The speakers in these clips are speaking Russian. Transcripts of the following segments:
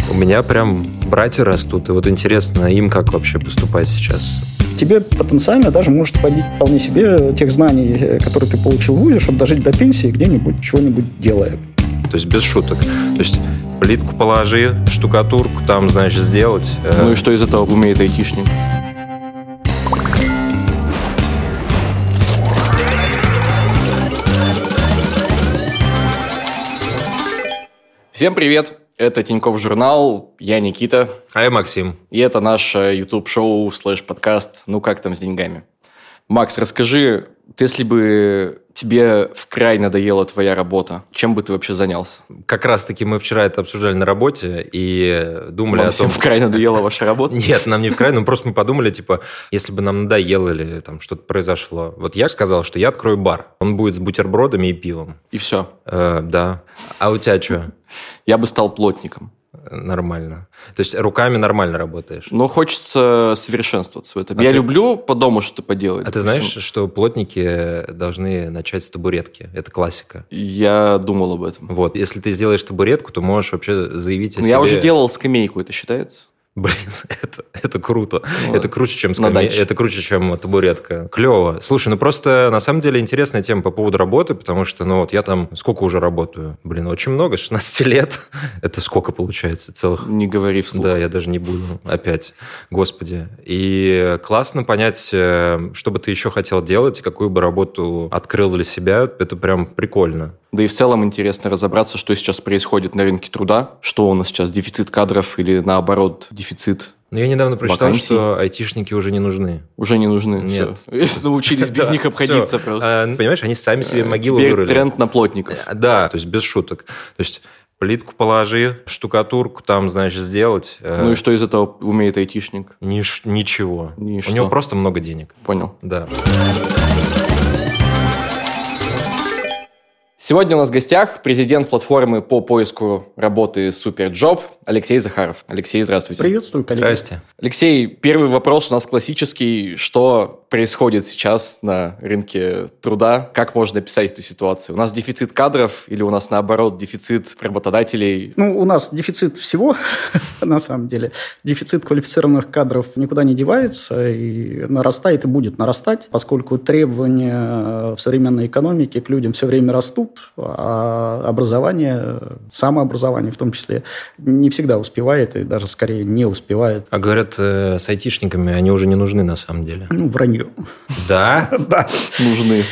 У меня прям братья растут, и вот интересно, им как вообще поступать сейчас? Тебе потенциально даже может хватить вполне себе тех знаний, которые ты получил в ВУЗе, чтобы дожить до пенсии где-нибудь, чего-нибудь делая. То есть без шуток. То есть плитку положи, штукатурку там, значит, сделать. Ну и что из этого умеет айтишник? Всем привет! Это Тинькофф журнал, я Никита. А я Максим. И это наш YouTube-шоу /подкаст «Ну как там с деньгами?». Макс, расскажи, если бы тебе вкрай надоела твоя работа, чем бы ты вообще занялся? Как раз-таки мы вчера это обсуждали на работе и думали Вам о том... всем вкрай надоела ваша работа? Нет, нам не вкрай, но просто мы подумали, типа, если бы нам надоело или там что-то произошло. Вот я сказал, что я открою бар. Он будет с бутербродами и пивом. И все? Да. А у тебя что? Я бы стал плотником. Нормально. То есть руками нормально работаешь? Но хочется совершенствоваться в этом. Я люблю по дому что-то поделать. А ты знаешь, что плотники должны начать с табуретки? Это классика. Я думал об этом. Вот. Если ты сделаешь табуретку, то можешь вообще заявить о себе... Я уже делал скамейку, это считается? Блин, это круто. Ну, это круче, чем это круче, чем табуретка. Клево. Слушай, просто на самом деле интересная тема по поводу работы, потому что, я там сколько уже работаю? Блин, очень много, 16 лет. Это сколько получается? Целых... Не говори вслух. Да, я даже не буду опять. Господи. И классно понять, что бы ты еще хотел делать, какую бы работу открыл для себя. Это прям прикольно. Да и в целом интересно разобраться, что сейчас происходит на рынке труда, что у нас сейчас дефицит кадров или наоборот дефицит. Но я недавно прочитал, вакансий. что айтишники уже не нужны. Уже не нужны. Нет. Все. Научились без них обходиться просто. Понимаешь, они сами себе могилу Теперь вырыли. тренд на плотников. Да, то есть без шуток. То есть плитку положи, штукатурку там, значит, сделать. Ну и что из этого умеет айтишник? Ничего. Ничто. У него просто много денег. Понял. Да. Сегодня у нас в гостях президент платформы по поиску работы SuperJob Алексей Захаров. Алексей, здравствуйте. Приветствую, коллеги. Здрасте. Алексей, первый вопрос у нас классический. Что происходит сейчас на рынке труда? Как можно описать эту ситуацию? У нас дефицит кадров или у нас, наоборот, дефицит работодателей? У нас дефицит всего, на самом деле. Дефицит квалифицированных кадров никуда не девается и нарастает и будет нарастать, поскольку требования в современной экономике к людям все время растут, а образование, самообразование в том числе, не всегда успевает и даже скорее не успевает. А говорят, с айтишниками они уже не нужны на самом деле. Вранье. Да? Да. Нужны.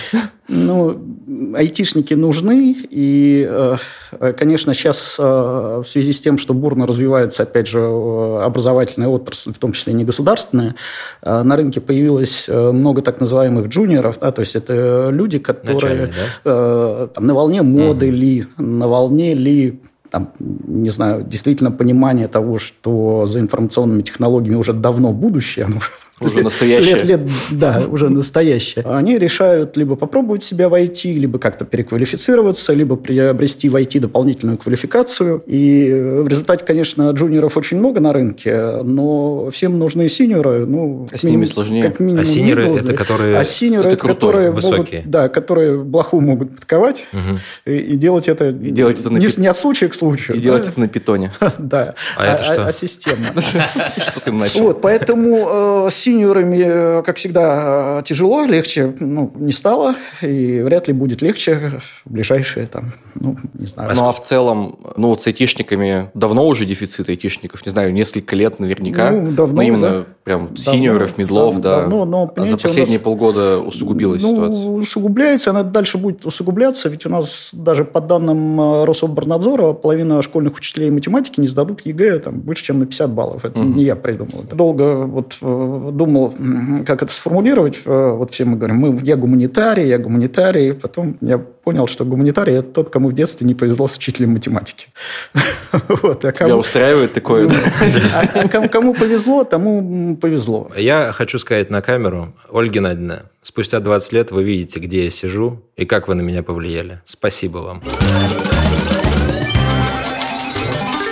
Айтишники нужны, и, конечно, сейчас в связи с тем, что бурно развивается, опять же, образовательная отрасль, в том числе негосударственная, на рынке появилось много так называемых джуниоров, да, то есть это люди, которые на волне моды ли, на волне ли, не знаю, действительно понимание того, что за информационными технологиями уже давно будущее, оно уже настоящее. Да, уже настоящее. Они решают либо попробовать себя в IT, либо как-то переквалифицироваться, либо приобрести в IT дополнительную квалификацию. И в результате, конечно, джуниоров очень много на рынке, но всем нужны синьоры. С ними сложнее. Как минимум, синьоры – это которые… синьоры – это которые высокие. Которые блоху могут подковать и делать это не от случая к случаю. И делать это на питоне. Да. А это что? Системно. Что ты начал? Поэтому синьорами, как всегда, тяжело, легче не стало, и вряд ли будет легче в ближайшие, не знаю. А в целом, с айтишниками давно уже дефицит айтишников, не знаю, несколько лет наверняка. Давно, но именно прям синьоров, мидлов, да. Давно, а за последние полгода усугубилась ситуация? Усугубляется, она дальше будет усугубляться, ведь у нас даже по данным Рособорнадзора половина школьных учителей математики не сдадут ЕГЭ больше, чем на 50 баллов. Это не я придумал. Долго думал, как это сформулировать. Все мы говорим, я гуманитарий. Потом я понял, что гуманитарий – это тот, кому в детстве не повезло с учителем математики. Тебя устраивает такое? Кому повезло, тому повезло. Я хочу сказать на камеру, Ольга Геннадьевна, спустя 20 лет вы видите, где я сижу и как вы на меня повлияли. Спасибо вам.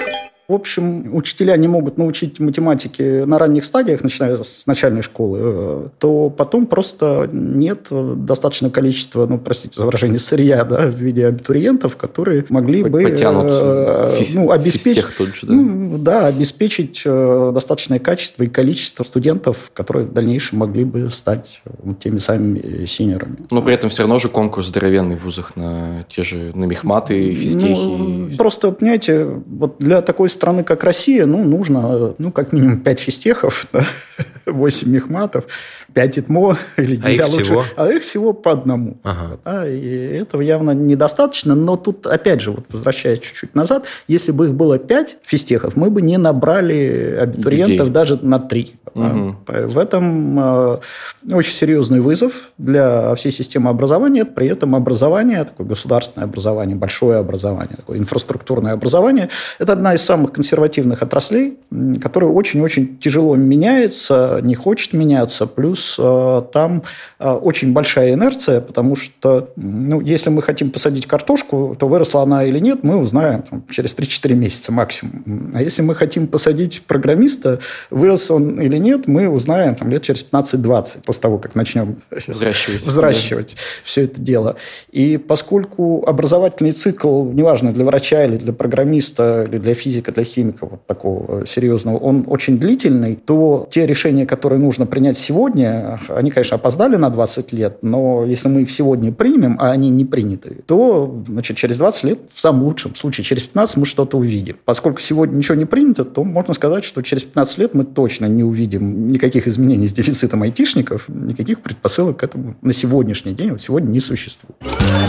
в общем, учителя не могут научить математике на ранних стадиях, начиная с начальной школы, то потом просто нет достаточного количества, простите за выражение, сырья, да, в виде абитуриентов, которые могли бы обеспечить, тот же, обеспечить достаточное качество и количество студентов, которые в дальнейшем могли бы стать теми самыми синьорами. Но при этом все равно же конкурс здоровенный в вузах на те же на мехматы, физтехи. Просто, понимаете, вот для такой страны, как Россия, нужно, как минимум 5 физтехов, 8 мехматов, 5 ИТМО или 9 лучше. А их всего по одному. Ага. Да, и этого явно недостаточно. Но тут, опять же, возвращаясь чуть-чуть назад, если бы их было 5 физтехов, мы бы не набрали абитуриентов даже на 3. Угу. В этом очень серьезный вызов для всей системы образования. При этом образование, такое государственное образование, большое образование, такое инфраструктурное образование, это одна из самых консервативных отраслей, которая очень-очень тяжело меняется, не хочет меняться. Плюс там очень большая инерция, потому что если мы хотим посадить картошку, то выросла она или нет, мы узнаем через 3-4 месяца максимум. А если мы хотим посадить программиста, вырос он или нет, мы узнаем лет через 15-20, после того, как начнем взращивать все это дело. И поскольку образовательный цикл, неважно, для врача или для программиста, или для физика, для химика, вот такого серьезного, он очень длительный, то те решения, которые нужно принять сегодня, они, конечно, опоздали на 20 лет, но если мы их сегодня примем, а они не приняты, то, через 20 лет, в самом лучшем случае, через 15 мы что-то увидим. Поскольку сегодня ничего не принято, то можно сказать, что через 15 лет мы точно не увидим никаких изменений с дефицитом айтишников, никаких предпосылок к этому на сегодняшний день, сегодня не существует.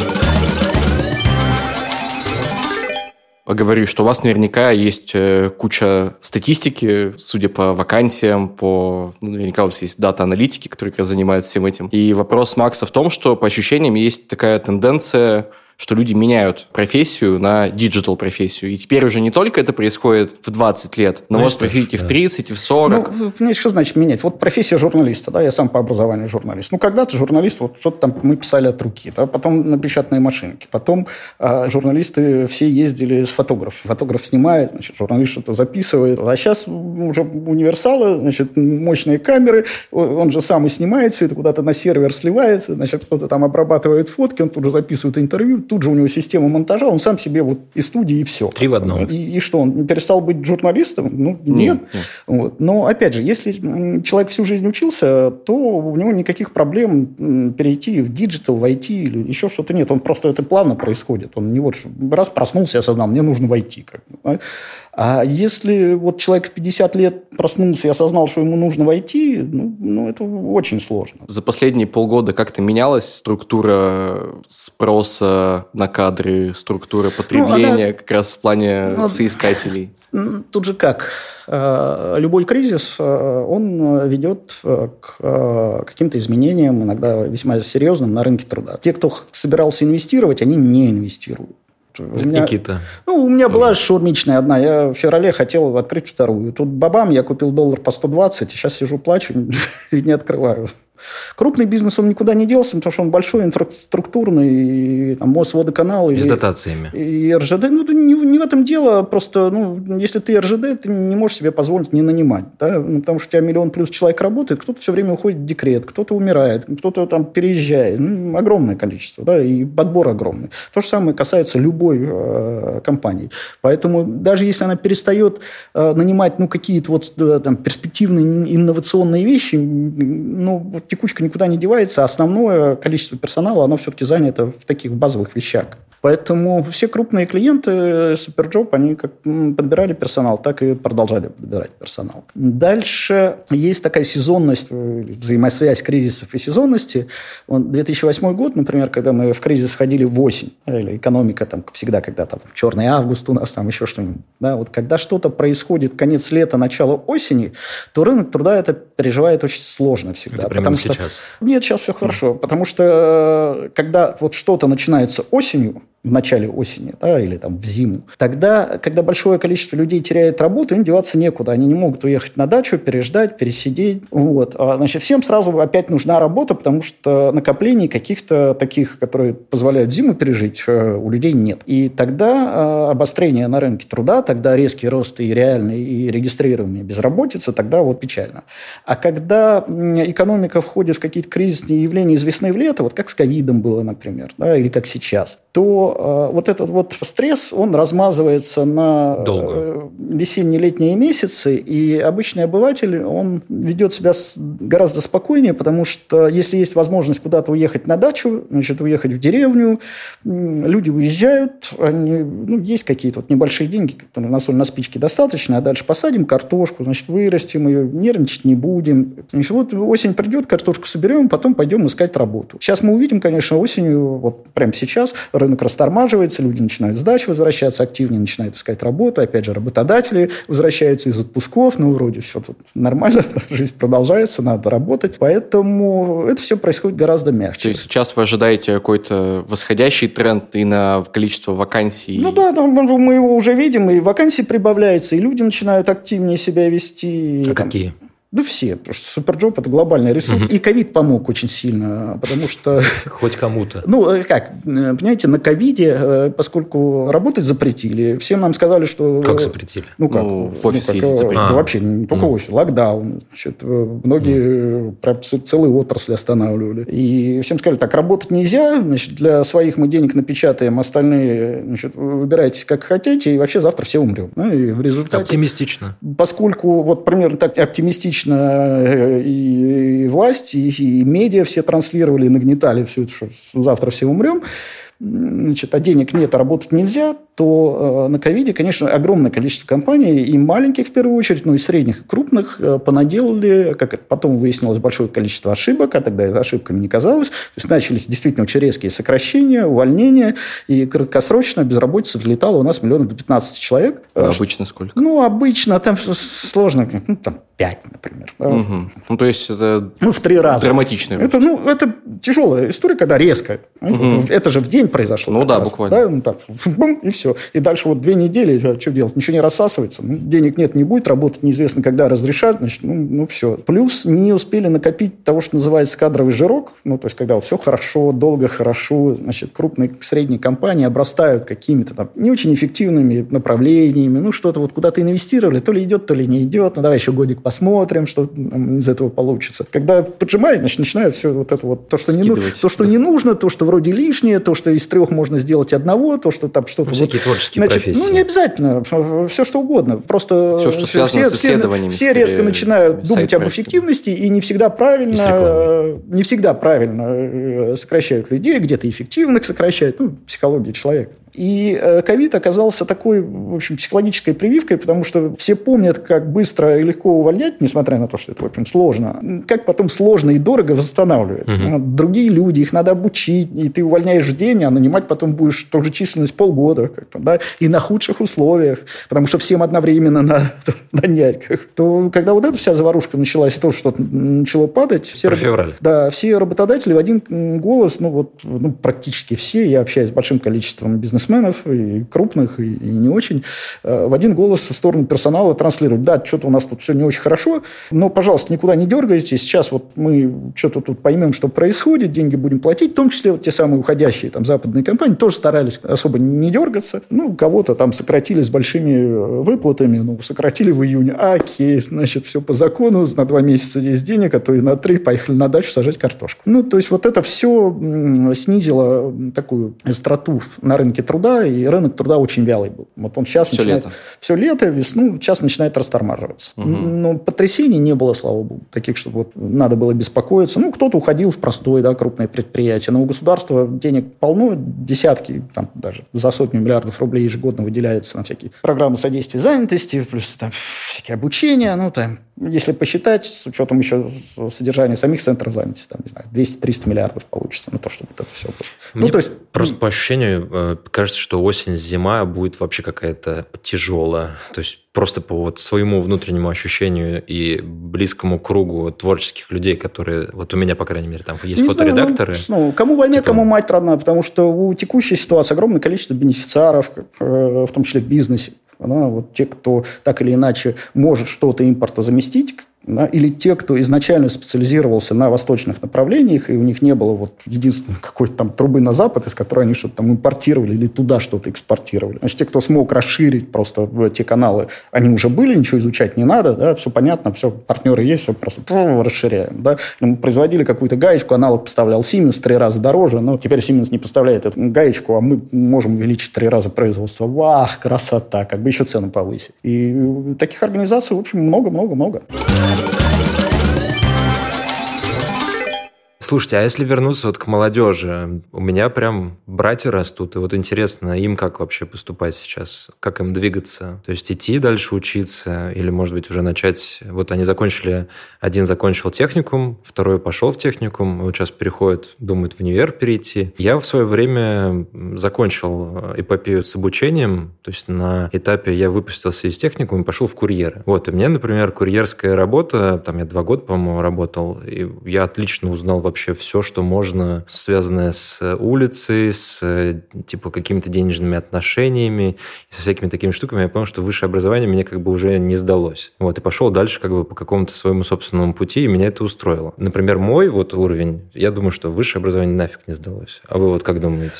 Говорю, что у вас наверняка есть куча статистики, судя по вакансиям, наверняка у вас есть дата-аналитики, которые как раз занимаются всем этим. И вопрос Макса в том, что по ощущениям есть такая тенденция, что люди меняют профессию на диджитал-профессию. И теперь уже не только это происходит в 20 лет, но может происходить и в 30, и в 40. Что значит менять? Вот профессия журналиста, да, я сам по образованию журналист. Когда-то журналист, что-то там мы писали от руки, да, потом на печатной машинке, потом журналисты все ездили с фотографом. Фотограф снимает, журналист что-то записывает. А сейчас уже универсалы, мощные камеры, он же сам и снимает все это, куда-то на сервер сливается, кто-то там обрабатывает фотки, он тут же записывает интервью, тут же у него система монтажа, он сам себе и студии, и все. 3 в 1. И что, он перестал быть журналистом? Нет. Вот. Но, опять же, если человек всю жизнь учился, то у него никаких проблем перейти в диджитал, в IT или еще что-то нет. Он просто это плавно происходит. Он не раз проснулся и осознал, мне нужно в IT. А если человек в 50 лет проснулся и осознал, что ему нужно в IT, это очень сложно. За последние полгода как-то менялась структура спроса на кадры, структура потребления как раз в плане соискателей? Тут же как? Любой кризис, он ведет к каким-то изменениям, иногда весьма серьезным, на рынке труда. Те, кто собирался инвестировать, они не инвестируют. Никита. У меня была шаурмичная одна. Я в феврале хотел открыть вторую. Тут бабам, я купил $1 по 120, и сейчас сижу, плачу и не открываю. Крупный бизнес, он никуда не делся, потому что он большой, инфраструктурный, и, Мосводоканал. И с дотациями. И РЖД. Не в этом дело. Просто, если ты РЖД, ты не можешь себе позволить не нанимать. Да? Потому что у тебя 1 миллион плюс человек работает, кто-то все время уходит в декрет, кто-то умирает, кто-то там переезжает. Огромное количество. Да? И подбор огромный. То же самое касается любой компании. Поэтому даже если она перестает нанимать какие-то перспективные инновационные вещи, текучка никуда не девается, а основное количество персонала, оно все-таки занято в таких базовых вещах. Поэтому все крупные клиенты Superjob, они как подбирали персонал, так и продолжали подбирать персонал. Дальше есть такая сезонность, взаимосвязь кризисов и сезонности. 2008 год, например, когда мы в кризис входили в осень, или экономика как всегда, когда черный август у нас, еще что-нибудь. Да, когда что-то происходит конец лета, начало осени, то рынок труда это переживает очень сложно всегда. Это прямо сейчас? Нет, сейчас все хорошо. Потому что когда что-то начинается осенью, в начале осени, да, или там в зиму. Тогда, когда большое количество людей теряет работу, им деваться некуда. Они не могут уехать на дачу, переждать, пересидеть. Вот. Значит, всем сразу опять нужна работа, потому что накоплений каких-то таких, которые позволяют зиму пережить, у людей нет. И тогда обострение на рынке труда, тогда резкий рост и реальной, и регистрируемой безработицы, тогда вот печально. А когда экономика входит в какие-то кризисные явления из весны в лето, вот как с ковидом было, например, да, или как сейчас, то вот этот вот стресс, он размазывается на весенне-летние месяцы, и обычный обыватель, он ведет себя гораздо спокойнее, потому что если есть возможность куда-то уехать на дачу, значит, уехать в деревню, люди уезжают, есть какие-то вот небольшие деньги, которые на соль, на спички достаточно, а дальше посадим картошку, значит, вырастим ее, нервничать не будем. Значит, вот осень придет, картошку соберем, потом пойдем искать работу. Сейчас мы увидим, конечно, осенью, вот прямо сейчас, рынок растормаживается, люди начинают с дач возвращаться, активнее начинают искать работу, опять же, работодатели возвращаются из отпусков, вроде все тут нормально, жизнь продолжается, надо работать, поэтому это все происходит гораздо мягче. То есть сейчас вы ожидаете какой-то восходящий тренд и на количество вакансий? Да, мы его уже видим, и вакансий прибавляется, и люди начинают активнее себя вести. А какие? Да все, потому что Суперджоп – это глобальный ресурс. И ковид помог очень сильно, потому что… Хоть кому-то. Понимаете, на ковиде, поскольку работать запретили, всем нам сказали, что… Как запретили? В офисе ездить запретили. Вообще не только в офисе, локдаун. Значит, многие прям целые отрасли останавливали. И всем сказали, так, работать нельзя, значит, для своих мы денег напечатаем, остальные, значит, выбирайтесь как хотите, и вообще завтра все умрем. И в результате… Оптимистично. Поскольку вот примерно так оптимистично и власть, и медиа все транслировали, нагнетали все это, что завтра все умрем, значит, а денег нет, а работать нельзя, то на ковиде, конечно, огромное количество компаний, и маленьких в первую очередь, но и средних, и крупных, понаделали, как это потом выяснилось, большое количество ошибок, а тогда это ошибками не казалось. То есть начались действительно очень резкие сокращения, увольнения, и краткосрочно безработица взлетала у нас миллионов до 15 человек. А обычно сколько? Обычно там сложно, там 5, например. Да? То есть это в 3 раза. Драматично. Это тяжелая история, когда резко. Это же в день произошло. Буквально. Да, бум, и все. И дальше вот 2 недели, что делать? Ничего не рассасывается. Денег нет, не будет, работать неизвестно, когда разрешат, значит, все. Плюс не успели накопить того, что называется кадровый жирок, то есть, когда вот все хорошо, долго хорошо, значит, крупные, средние компании обрастают какими-то там не очень эффективными направлениями, что-то вот куда-то инвестировали, то ли идет, то ли не идет, давай еще годик посмотрим, что из этого получится. Когда поджимают, значит, начинают все вот это вот, то, что не нужно, то, что вроде лишнее, то, что из 3 можно сделать одного, то, что там что-то... Всякие творческие профессии. Не обязательно, все что угодно. Просто все, что связано с исследованиями. Все резко начинают думать об эффективности, и не всегда правильно сокращают людей, где-то эффективных сокращают, психология человека. И ковид оказался такой, в общем, психологической прививкой, потому что все помнят, как быстро и легко увольнять, несмотря на то, что это, в общем, сложно, как потом сложно и дорого восстанавливать. Другие люди, их надо обучить, и ты увольняешь в день, а нанимать потом будешь ту же численность полгода, и на худших условиях, потому что всем одновременно надо нанять. То, когда вот эта вся заварушка началась, и то, что начало падать, все работодатели в один голос, практически все, я общаюсь с большим количеством бизнесменов, и крупных, и не очень, в один голос в сторону персонала транслируют. Да, что-то у нас тут все не очень хорошо, но, пожалуйста, никуда не дергайтесь. Сейчас вот мы что-то тут поймем, что происходит, деньги будем платить, в том числе вот те самые уходящие там западные компании тоже старались особо не дергаться. Кого-то там сократили с большими выплатами, сократили в июне. Окей, значит, все по закону, на 2 месяца есть денег, а то и на 3, поехали на дачу сажать картошку. То есть вот это все снизило такую остроту на рынке труда, и рынок труда очень вялый был. Вот он сейчас все лето, весну, сейчас начинает растормаживаться. Но потрясений не было, слава богу, таких, чтобы вот надо было беспокоиться. Кто-то уходил в простой, крупное предприятие, но у государства денег полно, десятки, там даже за сотню миллиардов рублей ежегодно выделяется на всякие программы содействия занятости, плюс там всякие обучения, если посчитать, с учетом еще содержания самих центров занятости, 200-300 миллиардов получится на то, чтобы это все было. Мне просто по ощущению, кажется, что осень-зима будет вообще какая-то тяжелая. То есть просто по вот своему внутреннему ощущению и близкому кругу творческих людей, которые... Вот у меня, по крайней мере, там есть фоторедакторы. Кому война, кому мать родная, потому что у текущей ситуации огромное количество бенефициаров, в том числе в бизнесе. Вот те, кто так или иначе может что-то импорта заместить, или те, кто изначально специализировался на восточных направлениях, и у них не было вот единственной какой-то там трубы на запад, из которой они что-то там импортировали или туда что-то экспортировали. Значит, те, кто смог расширить просто те каналы, они уже были, ничего изучать не надо, да, все понятно, все, партнеры есть, все просто расширяем. Да. Мы производили какую-то гаечку, аналог поставлял Siemens в 3 раза дороже, но теперь Siemens не поставляет эту гаечку, а мы можем увеличить в 3 раза производство. Вах, красота, как бы еще цены повысить. И таких организаций, в общем, много-много-много. Слушайте, а если вернуться вот к молодежи, у меня прям братья растут, и вот интересно, им как вообще поступать сейчас, как им двигаться? То есть идти дальше учиться или, может быть, уже начать... Вот они закончили, один закончил техникум, второй пошел в техникум, вот сейчас переходит, думает в универ перейти. Я в свое время закончил эпопею с обучением, то есть на этапе я выпустился из техникума и пошел в курьеры. Вот, и мне, например, курьерская работа, там я 2 года, по-моему, работал, и я отлично узнал вообще все, что можно, связанное с улицей, с типа какими-то денежными отношениями, со всякими такими штуками. Я понял, что высшее образование мне как бы уже не сдалось. Вот, и пошел дальше как бы по какому-то своему собственному пути, и меня это устроило. Например, мой вот уровень, я думаю, что высшее образование нафиг не сдалось. А вы вот как думаете?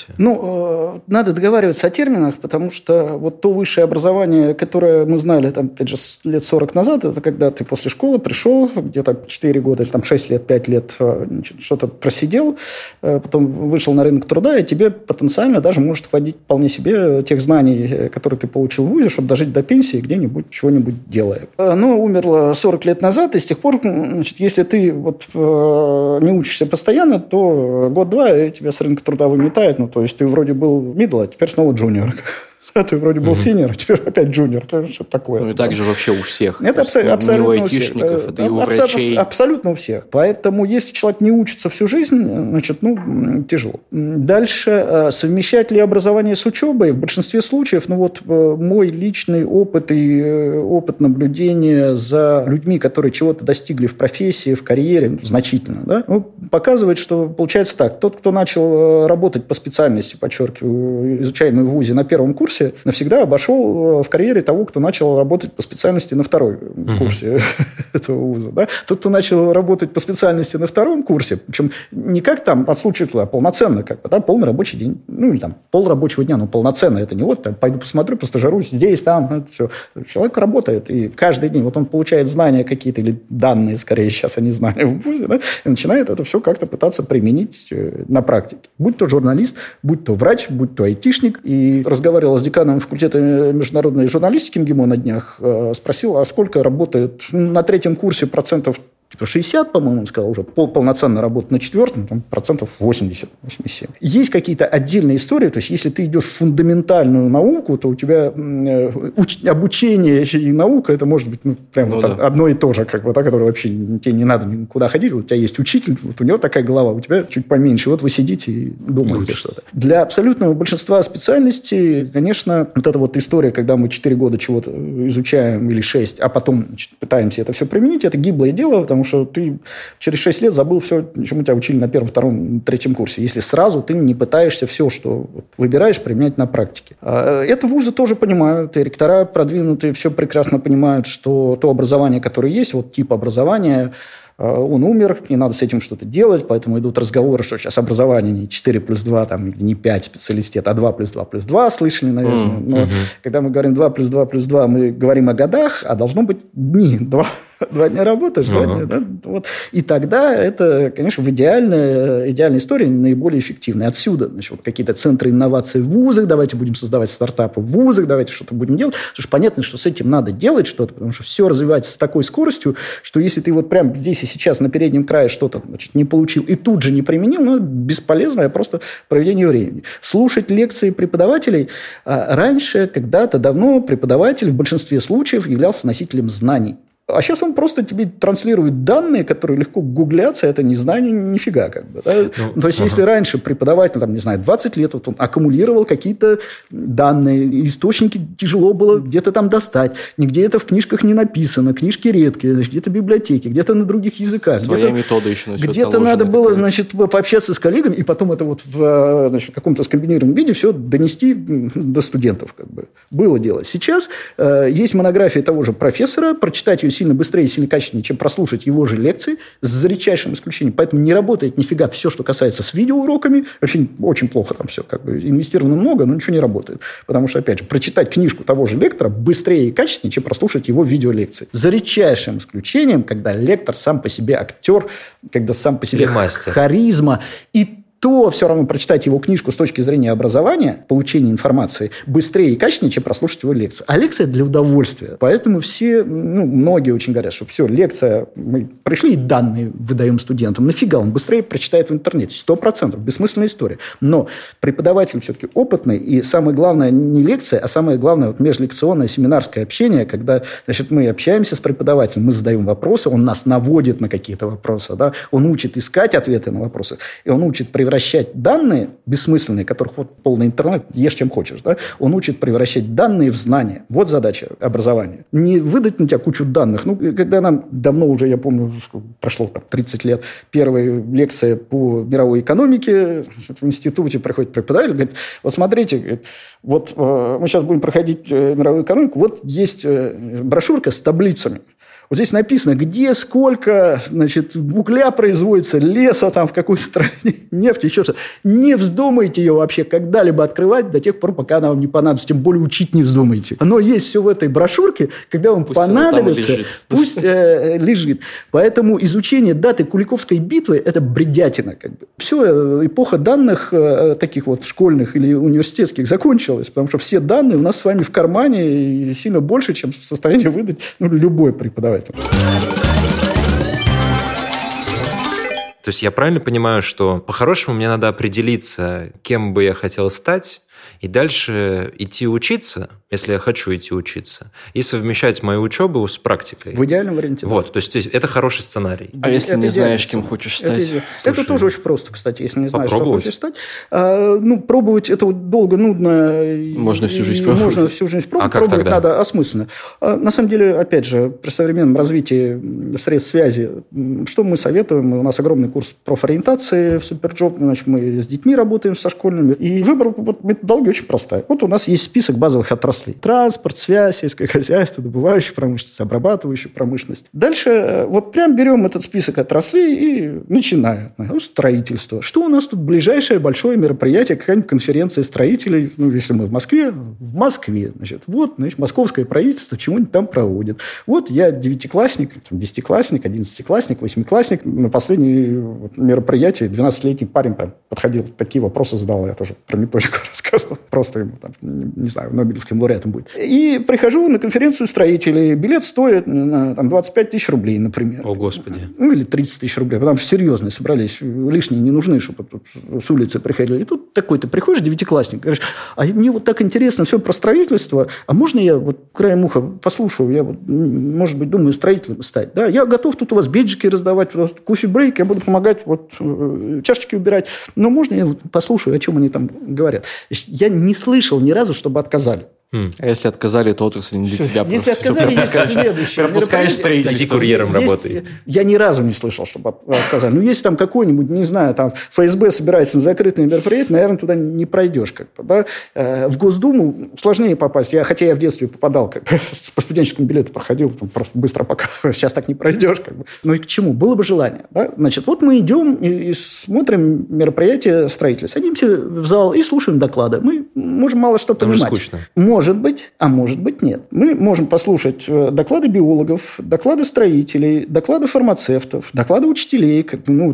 Надо договариваться о терминах, потому что вот то высшее образование, которое мы знали, там, опять же, лет 40 назад, это когда ты после школы пришел, где-то 4 года или там 6 лет, 5 лет, что-то просидел, потом вышел на рынок труда, и тебе потенциально даже может хватить вполне себе тех знаний, которые ты получил в ВУЗе, чтобы дожить до пенсии где-нибудь, чего-нибудь делая. Оно умерло 40 лет назад, и с тех пор, значит, если ты вот не учишься постоянно, то год-два тебя с рынка труда выметает. То есть ты вроде был мидл, а теперь снова джуниор. Ты вроде был синьор, теперь опять джуниор. Что такое? И так же вообще у всех. Это абсолютно не у у айтишников, всех. это и у врачей. Абсолютно у всех. Поэтому, если человек не учится всю жизнь, значит, тяжело. Дальше, совмещать ли образование с учебой? В большинстве случаев, мой личный опыт и опыт наблюдения за людьми, которые чего-то достигли в профессии, в карьере, значительно, да, показывает, что получается так. Тот, кто начал работать по специальности, подчеркиваю, изучаемой в ВУЗе на первом курсе, навсегда обошел в карьере того, кто начал работать по специальности на второй курсе этого вуза. Да? Тот, кто начал работать по специальности на втором курсе, причем не как там от случая туда, полноценно, полный рабочий день, или там полрабочего дня, но полноценно. Это не вот там, пойду посмотрю, постажируюсь здесь, там, все. Человек работает, и каждый день он получает знания какие-то, или данные, скорее, сейчас, а не знания в вузе, да? И начинает это все как-то пытаться применить на практике. Будь то журналист, будь то врач, будь то айтишник. И разговаривал с деканом факультета международной журналистики МГИМО на днях, спросил, а сколько работает на 3-м курсе процентов 60, по-моему, он сказал, уже полноценно работает, на 4-м процентов 80-87. Есть какие-то отдельные истории, то есть если ты идешь в фундаментальную науку, то у тебя обучение и наука, это может быть одно и то же, которое вообще тебе не надо никуда ходить, у тебя есть учитель, у него такая голова, у тебя чуть поменьше, вы сидите и думаете что-то. Для абсолютного большинства специальностей, конечно, эта история, когда мы 4 года чего-то изучаем или 6, а потом пытаемся это все применить, это гиблое дело, потому что ты через 6 лет забыл все, чему тебя учили на 1-м, 2-м, 3-м курсе. Если сразу ты не пытаешься все, что выбираешь, применять на практике. Это вузы тоже понимают, и ректора продвинутые все прекрасно понимают, что то образование, которое есть, тип образования, он умер, и надо с этим что-то делать, поэтому идут разговоры, что сейчас образование не 4+2, не 5 специалитет, а 2+2+2, слышали, наверное. Но когда мы говорим 2+2+2, мы говорим о годах, а должно быть дни. 2 дня работаешь, 2 дня, да? И тогда это, конечно, в идеальной истории наиболее эффективно. Отсюда, какие-то центры инноваций в вузах, давайте будем создавать стартапы в вузах, давайте что-то будем делать. Потому что понятно, что с этим надо делать что-то, потому что все развивается с такой скоростью, что если ты прямо здесь и сейчас на переднем крае что-то не получил и тут же не применил, бесполезное просто проведение времени. Слушать лекции преподавателей. Раньше, когда-то давно, преподаватель в большинстве случаев являлся носителем знаний. А сейчас он просто тебе транслирует данные, которые легко гуглятся, это не знание нифига. Как бы, да? То есть, если раньше преподаватель, 20 лет, он аккумулировал какие-то данные, источники тяжело было где-то там достать, нигде это в книжках не написано, книжки редкие, где-то в библиотеке, где-то на других языках. Своя метода еще на где-то надо было, пообщаться с коллегами, и потом это в каком-то скомбинированном виде все донести до студентов. Как бы. Было дело. Сейчас есть монография того же профессора, прочитать ее сильно быстрее и сильно качественнее, чем прослушать его же лекции, за редчайшим исключением. Поэтому не работает нифига все, что касается с видеоуроками. Вообще очень плохо там все. Инвестировано много, но ничего не работает. Потому что, опять же, прочитать книжку того же лектора быстрее и качественнее, чем прослушать его видеолекции. За редчайшим исключением, когда лектор сам по себе актер, когда сам по себе харизма, и то все равно прочитать его книжку с точки зрения образования, получения информации быстрее и качественнее, чем прослушать его лекцию. А лекция для удовольствия. Поэтому все, многие очень говорят, что все, лекция, мы пришли и данные выдаем студентам. Нафига? Он быстрее прочитает в интернете. 100%. Бессмысленная история. Но преподаватель все-таки опытный, и самое главное не лекция, а самое главное межлекционное семинарское общение, когда мы общаемся с преподавателем, мы задаем вопросы, он нас наводит на какие-то вопросы, да? Он учит искать ответы на вопросы, и он учит превращать данные бессмысленные, которых полный интернет, ешь чем хочешь, да? Он учит превращать данные в знания. Вот задача образования. Не выдать на тебя кучу данных. Когда нам давно уже, я помню, прошло 30 лет, первая лекция по мировой экономике в институте приходит преподаватель, говорит, вот смотрите, говорит, вот мы сейчас будем проходить мировую экономику, вот есть брошюрка с таблицами. Вот здесь написано, где сколько, угля производится, леса там в какой стране, нефти, еще что-то. Не вздумайте ее вообще когда-либо открывать до тех пор, пока она вам не понадобится. Тем более учить не вздумайте. Оно есть все в этой брошюрке. Когда вам понадобится, пусть лежит. Поэтому изучение даты Куликовской битвы – это бредятина. Все, эпоха данных таких школьных или университетских закончилась. Потому что все данные у нас с вами в кармане и сильно больше, чем в состоянии выдать любой преподаватель. То есть я правильно понимаю, что по-хорошему мне надо определиться, кем бы я хотел стать, и дальше идти учиться, если я хочу идти учиться, и совмещать мою учебу с практикой. В идеальном варианте. Вот, то есть это хороший сценарий. А если не знаешь, кем хочешь стать? Это тоже очень просто, кстати, если не знаешь, что хочешь стать. Пробовать это долго, нудно. Можно всю жизнь пробовать. Можно всю жизнь пробовать. А как пробовать тогда? Надо осмысленно. На самом деле, опять же, при современном развитии средств связи, что мы советуем? У нас огромный курс профориентации в Суперджоп. Мы с детьми работаем, со школьными. И выбор методологии очень простая. Вот у нас есть список базовых отраслей. Транспорт, связь, сельское хозяйство, добывающая промышленность, обрабатывающая промышленность. Дальше прям берем этот список отраслей и начинаем. Строительство. Что у нас тут ближайшее большое мероприятие, какая-нибудь конференция строителей, если мы в Москве, московское правительство чего-нибудь там проводит. Вот я 9-классник, 10-классник, 11-классник, 8-классник. На последнее мероприятие 12-летний парень прям подходил, такие вопросы задал, я тоже про методику рассказывал. Просто ему, Нобелевским лауреатом будет. И прихожу на конференцию строителей. Билет стоит 25 тысяч рублей, например. О, Господи. Или 30 тысяч рублей. Потому что серьезные собрались. Лишние не нужны, чтобы тут с улицы приходили. И тут такой ты приходишь, 9-классник, говоришь, а мне так интересно все про строительство, а можно я краем уха послушаю? Я может быть, думаю, строителем стать. Да? Я готов тут у вас бейджики раздавать, кофе-брейк, я буду помогать чашечки убирать. Но можно я послушаю, о чем они там говорят? Я не слышал ни разу, чтобы отказали. А если отказали, то отрасль не для тебя. Если отказали, есть следующее. Пропускаешь строительство. Иди курьером работай. Я ни разу не слышал, чтобы отказали. Если там какой-нибудь, не знаю, там ФСБ собирается на закрытое мероприятие, наверное, туда не пройдешь. Да? В Госдуму сложнее попасть. Хотя я в детстве попадал, по студенческому билету проходил, просто быстро показываю. Сейчас так не пройдешь. Но и к чему? Было бы желание. Да? Мы идем и смотрим мероприятие строителей. Садимся в зал и слушаем доклады. Мы можем мало что понимать. Там же скучно. Может быть, а может быть нет. Мы можем послушать доклады биологов, доклады строителей, доклады фармацевтов, доклады учителей.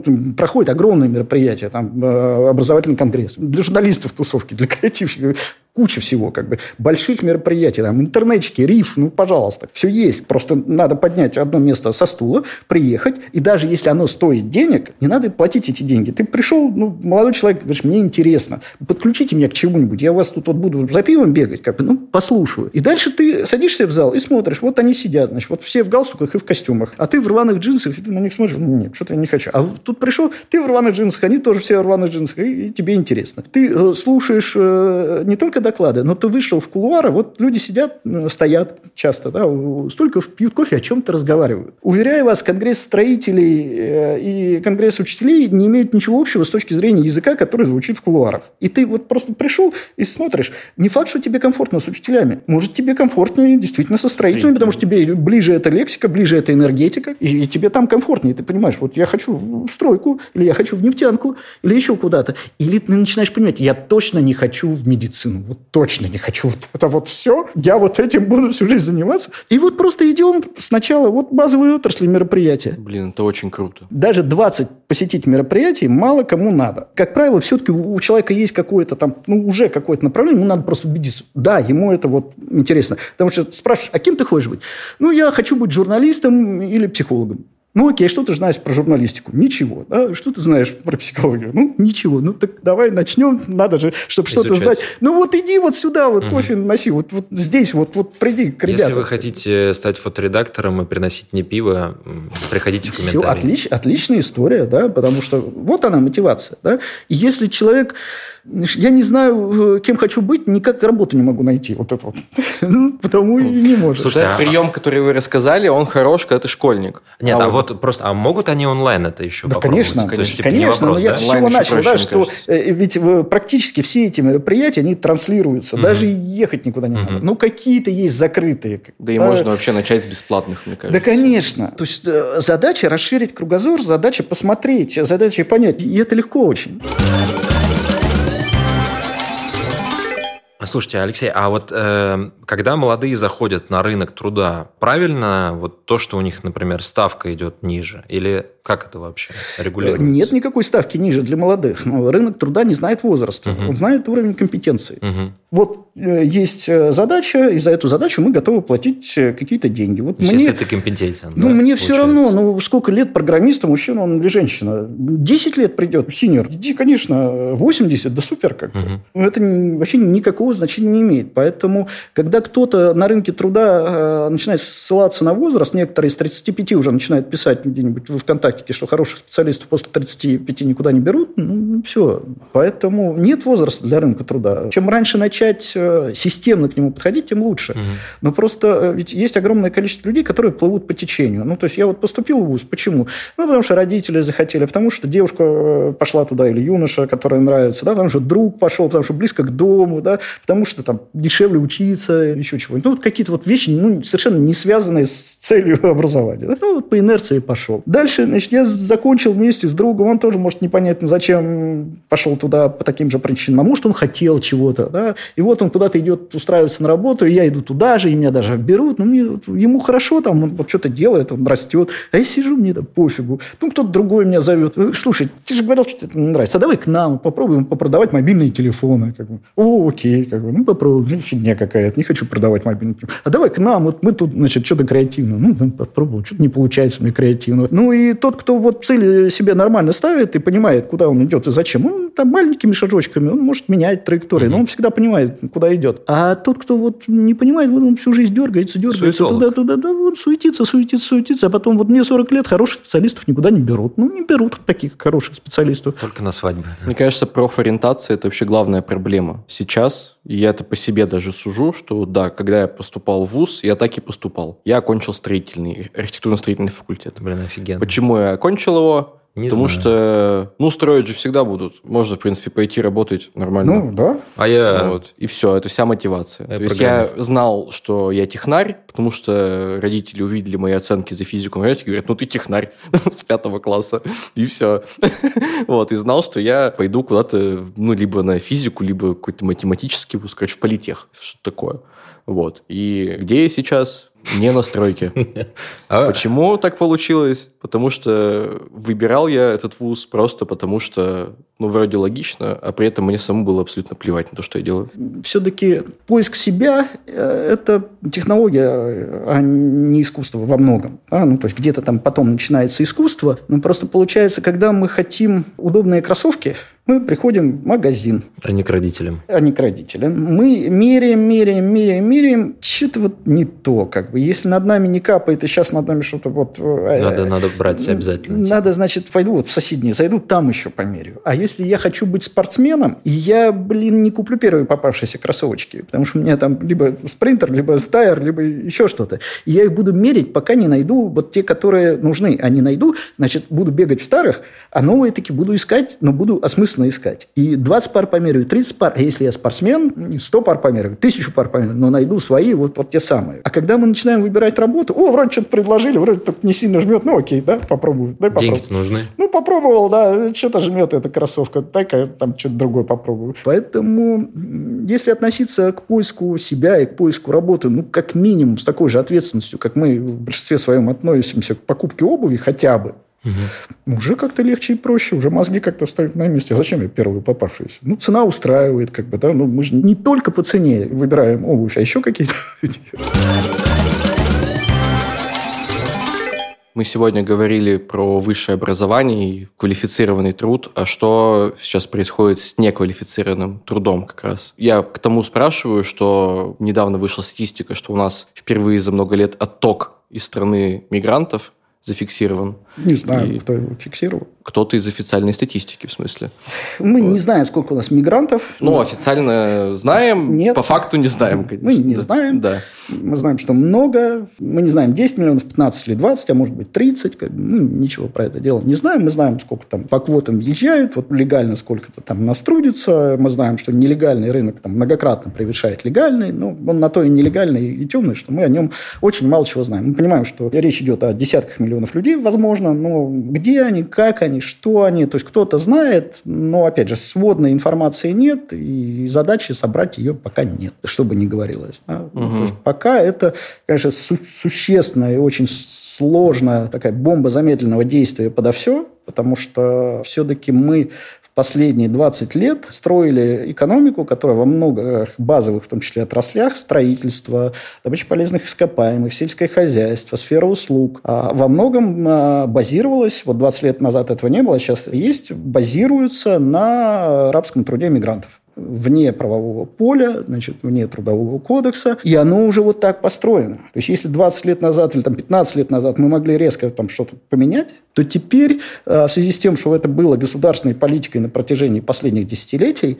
Проходит огромное мероприятие, там, образовательный конгресс. Для журналистов тусовки, для креативщиков. куча всего, как бы, больших мероприятий, там, интернетчики, риф, ну, пожалуйста, все есть. Просто надо поднять одно место со стула, приехать, и даже если оно стоит денег, не надо платить эти деньги. Ты пришел, ну, молодой человек, говоришь, мне интересно, подключите меня к чему-нибудь, я у вас тут вот буду за пивом бегать, как бы, ну, послушаю. И дальше ты садишься в зал и смотришь, вот они сидят, значит, вот все в галстуках и в костюмах, а ты в рваных джинсах, и ты на них смотришь, нет, что-то я не хочу. А тут пришел, ты в рваных джинсах, они тоже все в рваных джинсах, и тебе интересно. Ты слушаешь не только доклады, но ты вышел в кулуары, вот люди сидят, стоят часто, да, столько пьют кофе, о чем-то разговаривают. Уверяю вас, конгресс строителей и конгресс учителей не имеют ничего общего с точки зрения языка, который звучит в кулуарах. И ты вот просто пришел и смотришь. Не факт, что тебе комфортно с учителями. Может, тебе комфортнее действительно со строителями, потому что тебе ближе эта лексика, ближе эта энергетика, и тебе там комфортнее. Ты понимаешь, вот я хочу в стройку, или я хочу в нефтянку, или еще куда-то. Или ты начинаешь понимать, я точно не хочу в медицину. Вот точно не хочу. Вот это вот все. Я вот этим буду всю жизнь заниматься. И вот просто идем сначала вот базовые отрасли мероприятия. Блин, это очень круто. Даже 20 посетить мероприятий мало кому надо. Как правило, все-таки у человека есть какое-то там, ну, уже какое-то направление, ему надо просто убедиться. Да, ему это вот интересно. Потому что спрашиваешь, а кем ты хочешь быть? Ну, я хочу быть журналистом или психологом. Ну, окей, что ты знаешь про журналистику? Ничего. Да? Что ты знаешь про психологию? Ну, ничего. Ну, так давай начнем. Надо же, чтобы что-то знать. Ну, вот иди вот сюда, вот кофе носи. Вот здесь, вот приди к ребятам. Если вы хотите стать фоторедактором и приносить мне пиво, приходите в комментарии. Все, отличная история, да, потому что вот она мотивация. Да? И если человек... Я не знаю, кем хочу быть, никак работу не могу найти. Вот это вот. Потому и не может. Слушайте, прием, который вы рассказали, он хорош, когда ты школьник. Нет, вот просто, а могут они онлайн это еще попробовать? Конечно. Но я с чего начал, да, что ведь практически все эти мероприятия, они транслируются. Даже ехать никуда не надо. Ну, какие-то есть закрытые. Да и можно вообще начать с бесплатных, мне кажется. Да, конечно. То есть задача расширить кругозор, задача посмотреть, задача понять. И это легко очень. Слушайте, Алексей, а вот когда молодые заходят на рынок труда, правильно вот то, что у них, например, ставка идет ниже? Или как это вообще регулируется? Нет никакой ставки ниже для молодых. Но рынок труда не знает возраста. Он знает уровень компетенции. Вот есть задача, и за эту задачу мы готовы платить какие-то деньги. Вот если ты компетентен. Ну, мне все равно, ну, сколько лет программиста, мужчина он или женщина. 10 лет придет синьор. Иди, конечно, 80, да супер как бы. Это вообще никакого значения не имеет. Поэтому, когда кто-то на рынке труда начинает ссылаться на возраст, некоторые с 35 уже начинают писать где-нибудь в ВКонтакте, что хороших специалистов после 35 никуда не берут, ну, все. Поэтому нет возраста для рынка труда. Чем раньше начать системно к нему подходить, тем лучше. Но просто ведь есть огромное количество людей, которые плывут по течению. Ну, то есть, я вот поступил в вуз. Почему? Ну, потому что родители захотели, потому что девушка пошла туда, или юноша, который нравится, да, потому что друг пошел, потому что близко к дому, да, потому что там дешевле учиться, или еще чего-нибудь. Ну, вот какие-то вот вещи, ну, совершенно не связанные с целью образования. Да? Ну, вот по инерции пошел. Дальше, значит, я закончил вместе с другом, он тоже может непонятно, зачем пошел туда по таким же причинам. А может, он хотел чего-то, да, и вот он куда-то идет устраиваться на работу, и я иду туда же, и меня даже берут, ну, ему хорошо, там, он вот что-то делает, он растет, а я сижу, мне да пофигу. Ну, кто-то другой меня зовет. Слушай, ты же говорил, что тебе не нравится, а давай к нам, попробуем попродавать мобильные телефоны. Как бы. О, окей, как бы, ну, попробуем, фигня какая-то, не хочу продавать мобильные телефоны. А давай к нам, вот мы тут, значит, что-то креативное. Ну, попробуем, что-то не получается мне креативно. Ну, и тот, кто вот цели себе нормально ставит и понимает, куда он идет и зачем, он там маленькими шажочками, он может менять траекторию, но он всегда понимает, куда идет. А тот, кто вот не понимает, вот он всю жизнь дергается туда-туда, да, вот суетится, а потом вот мне 40 лет, хороших специалистов никуда не берут. Ну, не берут таких хороших специалистов. Только на свадьбе. Мне кажется, профориентация – это вообще главная проблема. Сейчас, и я это по себе даже сужу, что да, когда я поступал в вуз, я так и поступал. Я окончил архитектурно-строительный факультет. Блин, офигенно. Почему я окончил его? Потому знаю. что, ну, строить же всегда будут. Можно, в принципе, пойти работать нормально. Ну, да. А я... Вот. И все, это вся мотивация. То есть я знал, что я технарь, потому что родители увидели мои оценки за физику, говорят, ну, ты технарь с 5 класса. И все. Вот. И знал, что я пойду куда-то, ну, либо на физику, либо какой-то математический вуз, короче, в политех. Что-то такое. Вот. И где я сейчас? Не на стройке. Почему так получилось? Потому что выбирал я этот вуз просто потому, что, вроде логично, а при этом мне самому было абсолютно плевать на то, что я делаю. Все-таки поиск себя – это технология, а не искусство во многом. То есть где-то там потом начинается искусство, но просто получается, когда мы хотим удобные кроссовки, мы приходим в магазин. А не к родителям. Мы меряем. Что-то не то. Если над нами не капает, и сейчас над нами что-то Надо брать обязательно. Надо, зайду в соседние, там еще померяю. А если я хочу быть спортсменом, и я, не куплю первые попавшиеся кроссовочки, потому что у меня там либо спринтер, либо стайер, либо еще что-то. И я их буду мерить, пока не найду те, которые нужны. А не найду, буду бегать в старых, а новые таки буду искать, но буду осмысленно искать. И 20 пар померяю, 30 пар. А если я спортсмен, 100 пар померяю, 1000 пар померяю, но найду свои вот те самые. А когда мы начинаем выбирать работу, вроде что-то предложили, вроде так не сильно жмет, окей, да, попробую. Деньги-то нужны. Попробовал, да, что-то жмет эта кроссовка, так-ка там что-то другое попробую. Поэтому, если относиться к поиску себя и к поиску работы, как минимум с такой же ответственностью, как мы в большинстве своем относимся к покупке обуви хотя бы, уже как-то легче и проще, уже мозги как-то встают на месте. А зачем я первую попавшуюся? Цена устраивает, мы же не только по цене выбираем обувь, а еще какие-то... Мы сегодня говорили про высшее образование и квалифицированный труд. А что сейчас происходит с неквалифицированным трудом как раз? Я к тому спрашиваю, что недавно вышла статистика, что у нас впервые за много лет отток из страны мигрантов зафиксирован. Не знаю, кто его фиксировал. Кто-то из официальной статистики, в смысле. Мы не знаем, сколько у нас мигрантов. Официально знаем, Нет. По факту не знаем, конечно. Мы не знаем. Да. Мы знаем, что много. Мы не знаем, 10 миллионов, 15 или 20, а может быть 30. Мы ничего про это дело не знаем. Мы знаем, сколько там по квотам въезжают, легально сколько-то там нас трудится. Мы знаем, что нелегальный рынок там многократно превышает легальный. Он на то и нелегальный, и темный, что мы о нем очень мало чего знаем. Мы понимаем, что речь идет о десятках миллионов людей, возможно, но где они, как они, что они, то есть кто-то знает, но, опять же, сводной информации нет, и задачи собрать ее пока нет, что бы ни говорилось. Да? То есть пока это, конечно, существенная и очень сложная такая бомба замедленного действия подо все, потому что все-таки мы последние 20 лет строили экономику, которая во многих базовых, в том числе отраслях, строительство, добыча полезных ископаемых, сельское хозяйство, сфера услуг, во многом базировалась, 20 лет назад этого не было, сейчас есть, базируется на рабском труде мигрантов. Вне правового поля, вне трудового кодекса, и оно уже так построено. То есть, если 20 лет назад или 15 лет назад мы могли резко что-то поменять, то теперь, в связи с тем, что это было государственной политикой на протяжении последних десятилетий,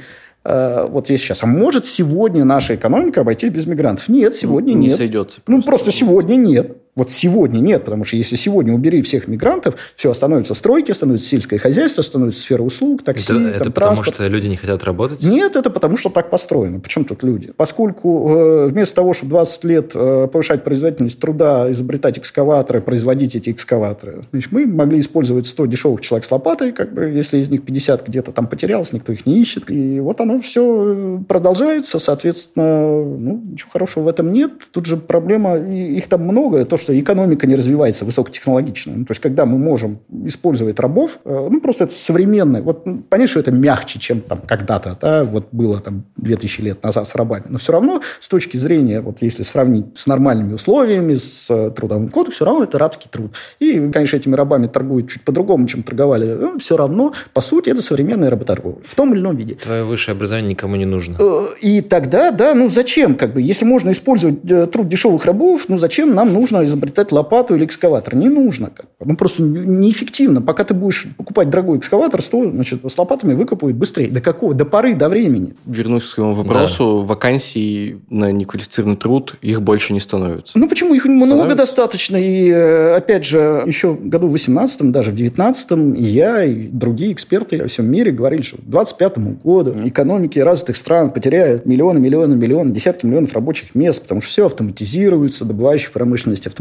есть сейчас. А может сегодня наша экономика обойтись без мигрантов? Нет, сегодня нет. Не сойдется. Просто сегодня нет. Сегодня нет, потому что если сегодня убери всех мигрантов, все, остановится стройки, остановится сельское хозяйство, остановится сфера услуг, такси, это потому, что люди не хотят работать? Нет, это потому, что так построено. Причем тут люди? Поскольку вместо того, чтобы 20 лет повышать производительность труда, изобретать экскаваторы, производить эти экскаваторы, мы могли использовать 100 дешевых человек с лопатой, если из них 50 где-то там потерялось, никто их не ищет. И оно все продолжается, соответственно, ничего хорошего в этом нет. Тут же проблема, их там много, то, что экономика не развивается высокотехнологично. То есть, когда мы можем использовать рабов, просто это современное. Понятно, что это мягче, чем когда-то, да, было 2000 лет назад с рабами. Но все равно, с точки зрения, если сравнить с нормальными условиями, с трудовым кодексом, все равно это рабский труд. И, конечно, этими рабами торгуют чуть по-другому, чем торговали. Но все равно, по сути, это современная работорговля. В том или ином виде. Твое высшее образование никому не нужно. И тогда, да, зачем? Если можно использовать труд дешевых рабов, зачем нам нужно изобретать лопату или экскаватор? Не нужно. Просто неэффективно. Пока ты будешь покупать дорогой экскаватор, с лопатами выкопают быстрее. До какого? До поры, до времени. Вернусь к своему вопросу. Да. Вакансий на неквалифицированный труд, их больше не становится. Почему? Их много достаточно. И, опять же, еще году в 18-м, даже в 19-м, и я, и другие эксперты во всем мире говорили, что к 25-му году экономики развитых стран потеряют миллионы, десятки миллионов рабочих мест, потому что все автоматизируется, добывающая промышленность автоматизируется,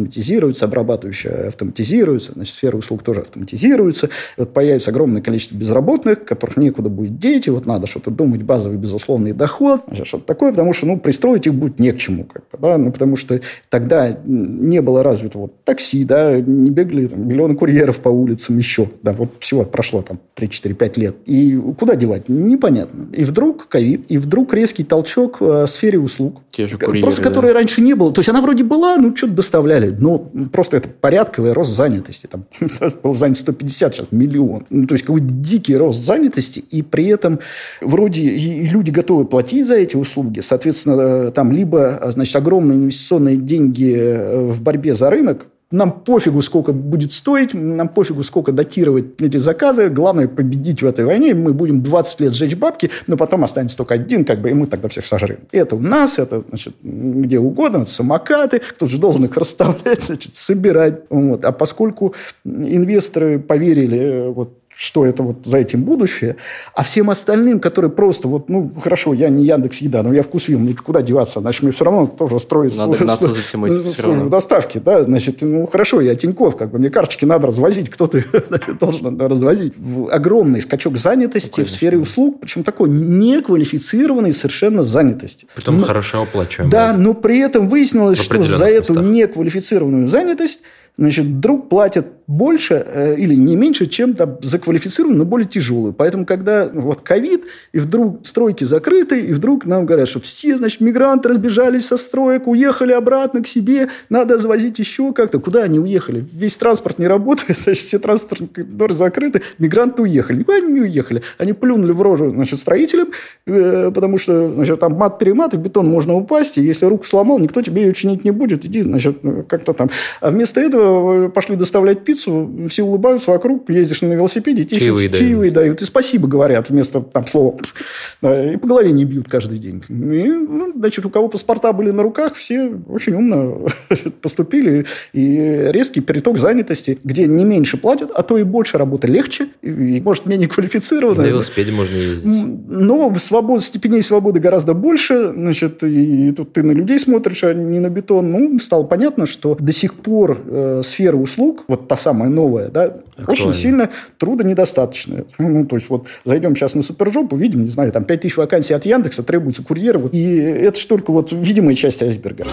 автоматизируется, обрабатывающая автоматизируется, значит, сфера услуг тоже автоматизируется. Вот появится огромное количество безработных, которых некуда будет деть, и вот надо что-то думать, базовый безусловный доход, значит, что-то такое, потому что, пристроить их будет не к чему, да, потому что тогда не было развито вот такси, да, не бегали миллионы курьеров по улицам еще, да, вот всего прошло 3-4-5 лет. И куда девать? Непонятно. И вдруг ковид, и вдруг резкий толчок в сфере услуг. Те же курьеры, просто которой раньше не было. То есть, она вроде была, что-то доставляли, но просто это порядковый рост занятости. Там был занят 150, сейчас миллион. То есть, какой-то дикий рост занятости, и при этом вроде и люди готовы платить за эти услуги. Соответственно, там либо, значит, огромные инвестиционные деньги в борьбе за рынок. Нам пофигу, сколько будет стоить, нам пофигу, сколько датировать эти заказы. Главное, победить в этой войне. Мы будем 20 лет сжечь бабки, но потом останется только один, и мы тогда всех сожрем. Это у нас, это, значит, где угодно, это самокаты. Кто же должен их расставлять, значит, собирать. Вот. А поскольку инвесторы поверили что это за этим будущее, а всем остальным, которые просто хорошо, я не Яндекс.Еда, но я вкусвилл, мне куда деваться, значит, мне все равно тоже строить надо гнаться за всем этим все равно. Доставки, да, значит, хорошо, я Тинькофф, мне карточки надо развозить, кто-то должен развозить. Огромный скачок занятости в сфере услуг, причем такой неквалифицированной совершенно занятости. Притом хорошо оплачиваемой. Да, но при этом выяснилось, что за эту неквалифицированную занятость, значит, вдруг платят больше или не меньше, чем за квалифицированную, но более тяжелую. Поэтому, когда ковид, и вдруг стройки закрыты, и вдруг нам говорят, что все, значит, мигранты разбежались со строек, уехали обратно к себе, надо завозить еще как-то. Куда они уехали? Весь транспорт не работает, значит, все транспортные коридоры закрыты, мигранты уехали. Никуда они не уехали. Они плюнули в рожу, значит, строителям, потому что, значит, там мат-перемат, и в бетон можно упасть, и если руку сломал, никто тебе ее чинить не будет. Иди, значит, как-то там. А вместо этого пошли доставлять пиццу, все улыбаются вокруг, ездишь на велосипеде, чаевые дают. И спасибо говорят вместо слова. И по голове не бьют каждый день. И, значит, у кого паспорта были на руках, все очень умно поступили. И резкий переток занятости, где не меньше платят, а то и больше работы легче, и может, менее квалифицированно. На велосипеде можно ездить. Но степеней свободы гораздо больше. Значит, и тут ты на людей смотришь, а не на бетон. Стало понятно, что до сих пор сфера услуг, та самая новая, да, очень сильно трудонедостаточная. То есть, зайдем сейчас на Супержоп, увидим, не знаю, там 5000 вакансий от Яндекса, требуются курьеры. И это же только видимая часть айсберга.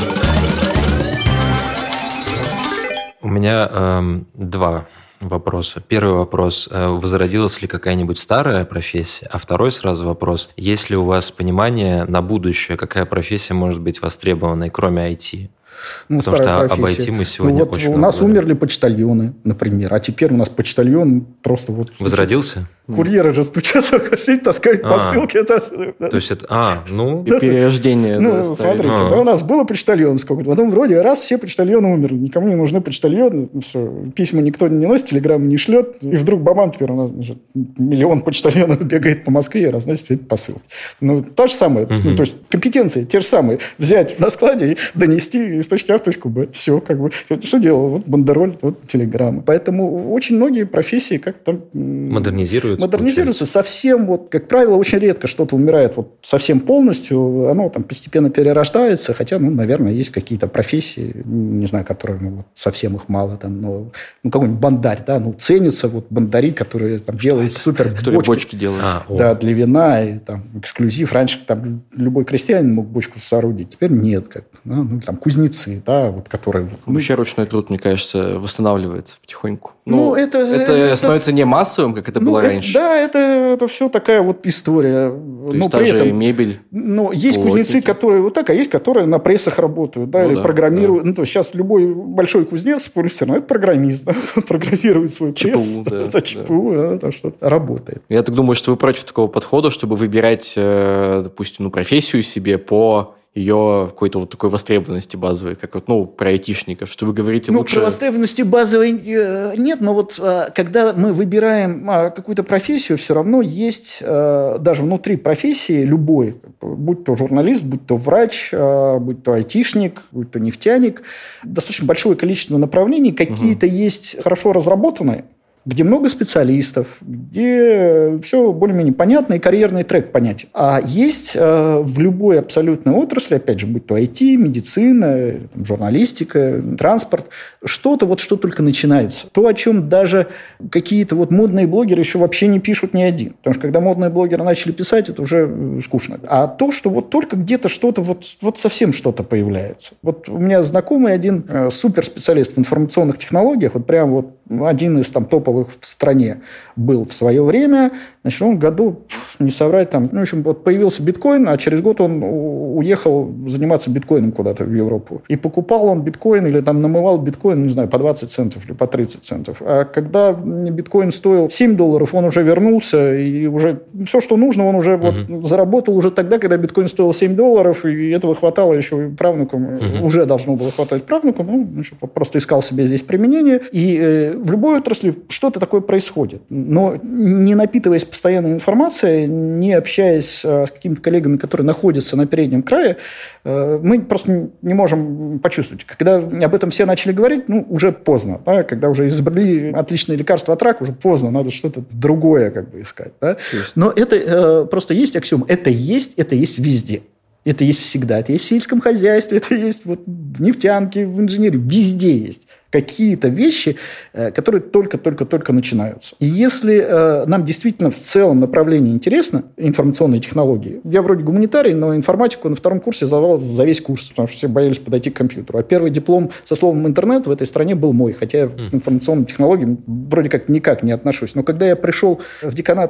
У меня 2 вопроса. Первый вопрос. Возродилась ли какая-нибудь старая профессия? А второй сразу вопрос. Есть ли у вас понимание на будущее, какая профессия может быть востребованной, кроме IT? Потому что об IT мы сегодня очень много у нас умерли почтальоны, например. А теперь у нас почтальон просто возродился? Курьеры же стучатся, таскают посылки. То есть это... И перерождение. Смотрите, у нас было почтальон сколько-то. Потом вроде раз все почтальоны умерли. Никому не нужны почтальоны. Все. Письма никто не носит, телеграммы не шлет. И вдруг бабам теперь у нас, значит, миллион почтальонов бегает по Москве и разносит эти посылки. То же самое. То есть компетенции те же самые. Взять на складе и донести из точки А в точку Б. Все, что делал? Бандероль, телеграмма. Поэтому очень многие профессии как-то модернизируются совсем. Как правило, очень редко что-то умирает совсем полностью. Оно постепенно перерождается. Хотя, наверное, есть какие-то профессии, не знаю, которые совсем их мало. Какой-нибудь бандарь, да, ценятся бандари, которые делают супер бочки делают. Да, для вина и эксклюзив. Раньше любой крестьянин мог бочку соорудить. Теперь нет. Кузнецы, да, которые... Вообще ручной труд, мне кажется, восстанавливается потихоньку. Это становится не массовым, как это было раньше. Да, это все такая история. То есть та же мебель. Но есть кузнецы, которые а есть, которые на прессах работают, да, или программируют. Да. То есть сейчас любой большой кузнец, все равно это программист, да, программирует свой пресс, ЧПУ, что-то работает. Я так думаю, что вы против такого подхода, чтобы выбирать, допустим, профессию себе по ее какой-то такой востребованности базовой, как про айтишников, что вы говорите лучше... Про востребованности базовой нет, но когда мы выбираем какую-то профессию, все равно есть даже внутри профессии любой, будь то журналист, будь то врач, будь то айтишник, будь то нефтяник, достаточно большое количество направлений, какие-то есть хорошо разработанные, где много специалистов, где все более-менее понятно и карьерный трек понятен. А есть в любой абсолютной отрасли, опять же, будь то IT, медицина, журналистика, транспорт, что-то вот что только начинается. То, о чем даже какие-то вот модные блогеры еще вообще не пишут ни один. Потому что когда модные блогеры начали писать, это уже скучно. А то, что вот только где-то что-то, вот совсем что-то появляется. Вот у меня знакомый один суперспециалист в информационных технологиях, вот прям вот один из там топовых в стране был в свое время. Значит, он году, не соврать, там, в общем, вот появился биткоин, а через год он уехал заниматься биткоином куда-то в Европу. И покупал он биткоин или там намывал биткоин, не знаю, по 20 центов или по 30 центов. А когда биткоин стоил $7, он уже вернулся, и уже все, что нужно, он уже вот заработал уже тогда, когда биткоин стоил $7, и этого хватало еще и правнукам, уже должно было хватать правнукам, ну, значит, просто искал себе здесь применение. И в любой отрасли что-то такое происходит. Но не напитываясь постоянной информацией, не общаясь с какими-то коллегами, которые находятся на переднем крае, мы просто не можем почувствовать. Когда об этом все начали говорить, ну, уже поздно. Да? Когда уже изобрели отличное лекарство от рака, уже поздно, надо что-то другое как бы искать. Да? Но это просто есть аксиома. Это есть везде. Это есть всегда. Это есть в сельском хозяйстве, это есть вот в нефтянке, в инженерии. Везде есть какие-то вещи, которые только-только начинаются. И если нам действительно в целом направлении интересно информационные технологии, я вроде гуманитарий, но информатику на втором курсе завал за весь курс, потому что все боялись подойти к компьютеру. А первый диплом со словом «интернет» в этой стране был мой, хотя я к информационным технологиям вроде как никак не отношусь. Но когда я пришел в деканат,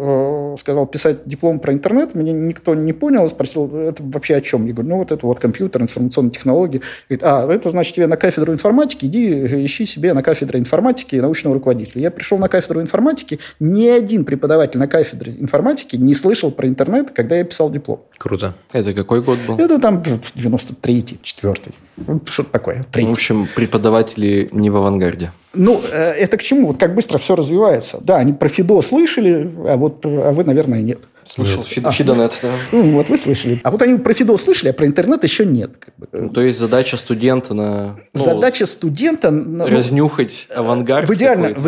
сказал писать диплом про интернет, меня никто не понял, спросил, это вообще о чем? Я говорю, ну вот это вот компьютер, информационные технологии. Говорит, это значит тебе на кафедру информатики, иди ищи себе на кафедре информатики научного руководителя. Я пришел на кафедру информатики, ни один преподаватель на кафедре информатики не слышал про интернет, когда я писал диплом. Круто. Это какой год был? Это там 93-й, 4-й. Что-то такое. 3-й. В общем, преподаватели не в авангарде. Ну, это к чему? Вот как быстро все развивается. Да, они про ФИДО слышали, а вы, наверное, нет. Слышал. Фидонет, да. Ну, вот вы слышали. А вот они про ФИДО слышали, а про интернет еще нет. Ну, то есть задача студента задача студента разнюхать авангард. В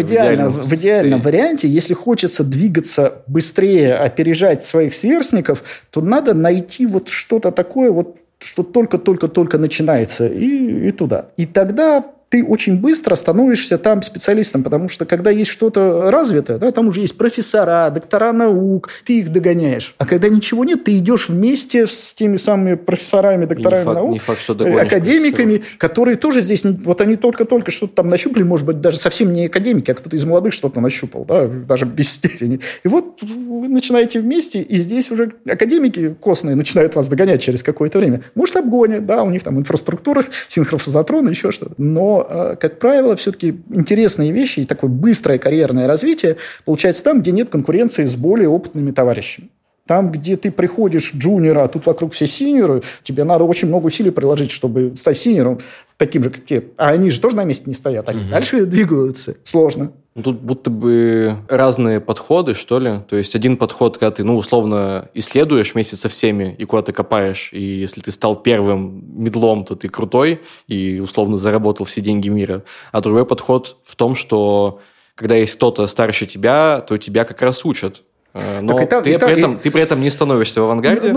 идеальном варианте, если хочется двигаться быстрее, опережать своих сверстников, то надо найти вот что-то такое, вот, что только-только начинается, и туда. И тогда ты очень быстро становишься там специалистом, потому что когда есть что-то развитое, да, там уже есть профессора, доктора наук, ты их догоняешь. А когда ничего нет, ты идешь вместе с теми самыми профессорами, докторами наук, не факт, что догонишь, академиками, которые тоже здесь, вот они только что-то там нащупали, может быть, даже совсем не академики, а кто-то из молодых что-то нащупал, да, даже без степени. И вот вы начинаете вместе, и здесь уже академики костные начинают вас догонять через какое-то время. Может, обгонят, да, у них там инфраструктура, синхрофазотрон, еще что-то. Но как правило, все-таки интересные вещи и такое быстрое карьерное развитие получается там, где нет конкуренции с более опытными товарищами. Там, где ты приходишь джуниора, а тут вокруг все синьоры, тебе надо очень много усилий приложить, чтобы стать синьором, таким же, как те. А они же тоже на месте не стоят, они дальше двигаются. Сложно. Тут будто бы разные подходы, что ли. То есть один подход, когда ты, условно, исследуешь вместе со всеми и куда-то копаешь, и если ты стал первым медлом, то ты крутой и, условно, заработал все деньги мира. А другой подход в том, что когда есть кто-то старше тебя, то тебя как раз учат. Но ты при этом не становишься в авангарде?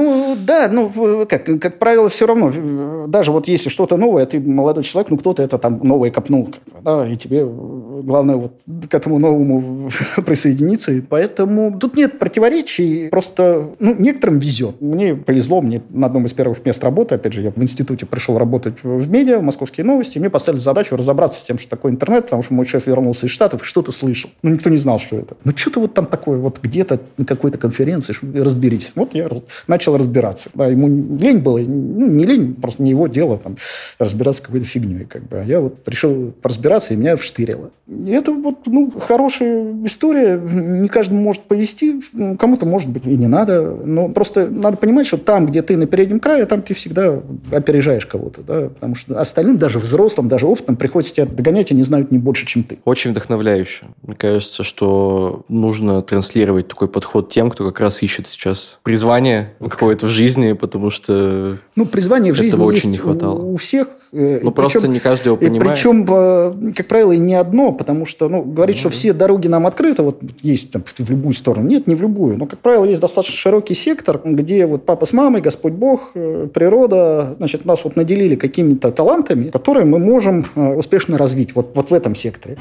Как правило, все равно. Даже вот если что-то новое, ты молодой человек, кто-то это там новое копнул. Да, и тебе главное вот к этому новому присоединиться. И поэтому тут нет противоречий. Просто некоторым везет. Мне повезло, мне на одном из первых мест работы, опять же, я в институте пришел работать в медиа, в «Московские новости», и мне поставили задачу разобраться с тем, что такое интернет, потому что мой шеф вернулся из Штатов и что-то слышал. Никто не знал, что это. Что-то вот там такое, вот где-то на какой-то конференции, разберитесь. Вот я начал разбираться. Да, ему лень было, не лень, просто не его дело там, разбираться какой-то фигней. А я вот решил разбираться, и меня вштырило. И это вот, хорошая история. Не каждому может повезти, кому-то, может быть, и не надо. Но просто надо понимать, что там, где ты на переднем крае, там ты всегда опережаешь кого-то. Да? Потому что остальным, даже взрослым, даже опытным, приходится тебя догонять, и не знают не больше, чем ты. Очень вдохновляюще. Мне кажется, что нужно транслировать такой подход тем, кто как раз ищет сейчас призвание какое-то в жизни, потому что призвание в жизни этого очень есть не хватало. У всех. Просто не каждый его понимает. Причем, как правило, и не одно, потому что говорить, что все дороги нам открыты, вот есть там, в любую сторону. Нет, не в любую. Но, как правило, есть достаточно широкий сектор, где вот папа с мамой, Господь Бог, природа, значит, нас вот наделили какими-то талантами, которые мы можем успешно развить вот в этом секторе.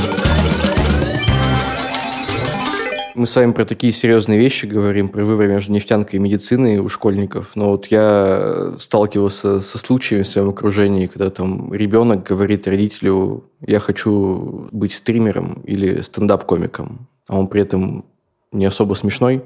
Мы с вами про такие серьезные вещи говорим, про выбор между нефтянкой и медициной у школьников. Но вот я сталкивался со случаями в своем окружении, когда там ребенок говорит родителю: я хочу быть стримером или стендап-комиком, а он при этом не особо смешной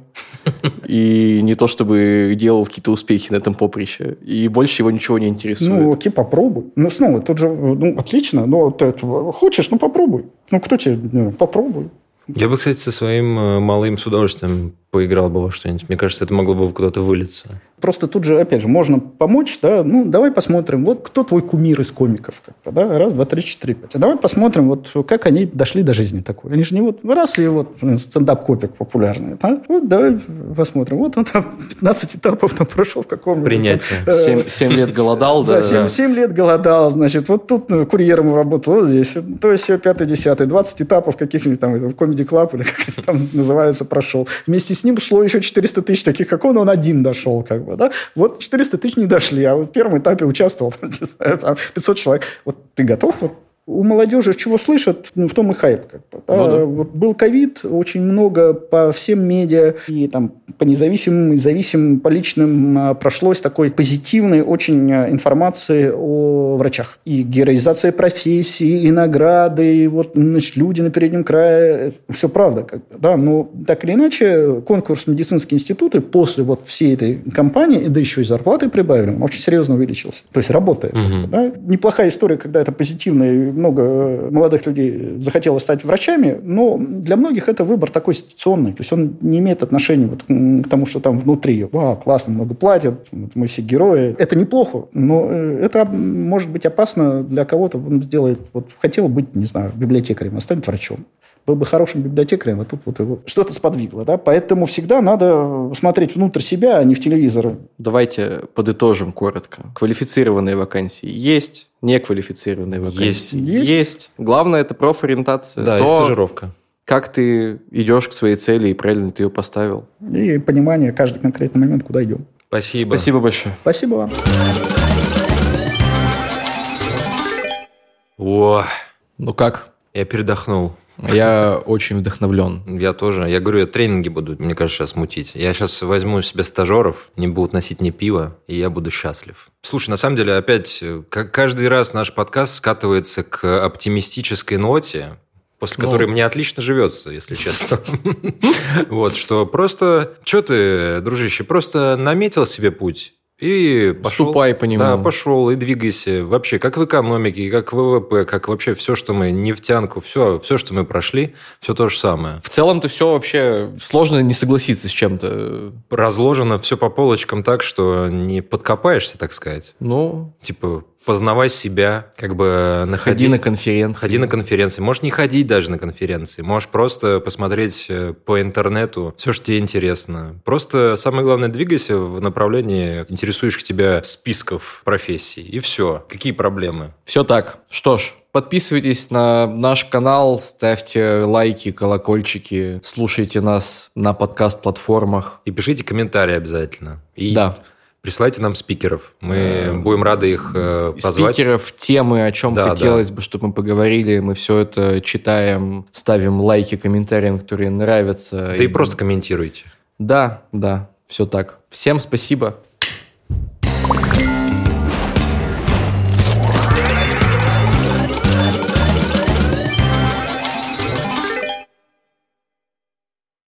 и не то чтобы делал какие-то успехи на этом поприще, и больше его ничего не интересует. Окей, попробуй. Снова, тут же, отлично, хочешь, попробуй. Кто тебе, попробуй. Я бы, кстати, со своим малым с удовольствием поиграл бы во что-нибудь. Мне кажется, это могло бы куда-то вылиться. Просто тут же, опять же, можно помочь, да, давай посмотрим, вот кто твой кумир из комиков, да, 1, 2, 3, 4, 5. Давай посмотрим, вот как они дошли до жизни такой. Они же не выросли, стендап-комик популярный, да? Давай посмотрим. Вот он там 15 этапов там прошел в каком-нибудь... Принятие. 7 лет голодал, да? Да, 7 лет голодал, значит, вот тут курьером работал, вот здесь, то есть все 5-10, 20 этапов каких-нибудь там в Comedy Club, или как это там называется, прошел. Вместе с ним шло еще 400 тысяч таких, как он один дошел, да? Вот 400 тысяч не дошли, а вот в первом этапе участвовал 500 человек. Вот ты готов? У молодежи чего слышат, в том и хайп. Был ковид, очень много по всем медиа, и там по независимым и зависимым, по личным прошлось такой позитивной очень информации о врачах. И героизация профессии, и награды, и люди на переднем крае. Все правда. Да? Но так или иначе, конкурс в медицинские институты после всей этой кампании, да еще и зарплаты прибавили, он очень серьезно увеличился. То есть работает. Угу. Да? Неплохая история, когда это позитивно, много молодых людей захотело стать врачами, но для многих это выбор такой ситуационный. То есть он не имеет отношения к тому, что там внутри. Классно, много платят, мы все герои. Это неплохо, но это может быть опасно для кого-то. Он сделает, хотел быть, не знаю, библиотекарем, а станет врачом. Был бы хорошим библиотекарем, а тут его что-то сподвигло. Да? Поэтому всегда надо смотреть внутрь себя, а не в телевизор. Давайте подытожим коротко. Квалифицированные вакансии есть, неквалифицированные вакансии есть. Главное – это профориентация. Да, и стажировка. Как ты идешь к своей цели и правильно ты ее поставил. И понимание каждый конкретный момент, куда идем. Спасибо. Спасибо большое. Спасибо вам. Как? Я передохнул. Я очень вдохновлен. Я тоже. Я говорю, тренинги буду, мне кажется, сейчас мутить. Я сейчас возьму себе стажеров, они будут носить мне пиво, и я буду счастлив. Слушай, на самом деле, опять, каждый раз наш подкаст скатывается к оптимистической ноте, после которой мне отлично живется, если честно. Что просто... Что ты, дружище, просто наметил себе путь и пошел. Ступай по нему. Да, пошел и двигайся. Вообще, как в экономике, как в ВВП, как вообще все, что мы, нефтянку, все, что мы прошли, все то же самое. В целом-то все вообще сложно не согласиться с чем-то. Разложено все по полочкам так, что не подкопаешься, так сказать. Познавай себя, Ходи на конференции. Ходи на конференции. Можешь не ходить даже на конференции. Можешь просто посмотреть по интернету все, что тебе интересно. Просто самое главное, двигайся в направлении интересующих тебя списков профессий. И все. Какие проблемы? Все так. Что ж, подписывайтесь на наш канал, ставьте лайки, колокольчики, слушайте нас на подкаст-платформах. И пишите комментарии обязательно. Да. Присылайте нам спикеров. Мы будем рады их позвать. Спикеров, темы, о чем хотелось бы, чтобы мы поговорили. Мы все это читаем, ставим лайки комментариям, которые нравятся. Да и просто комментируйте. Да, все так. Всем спасибо.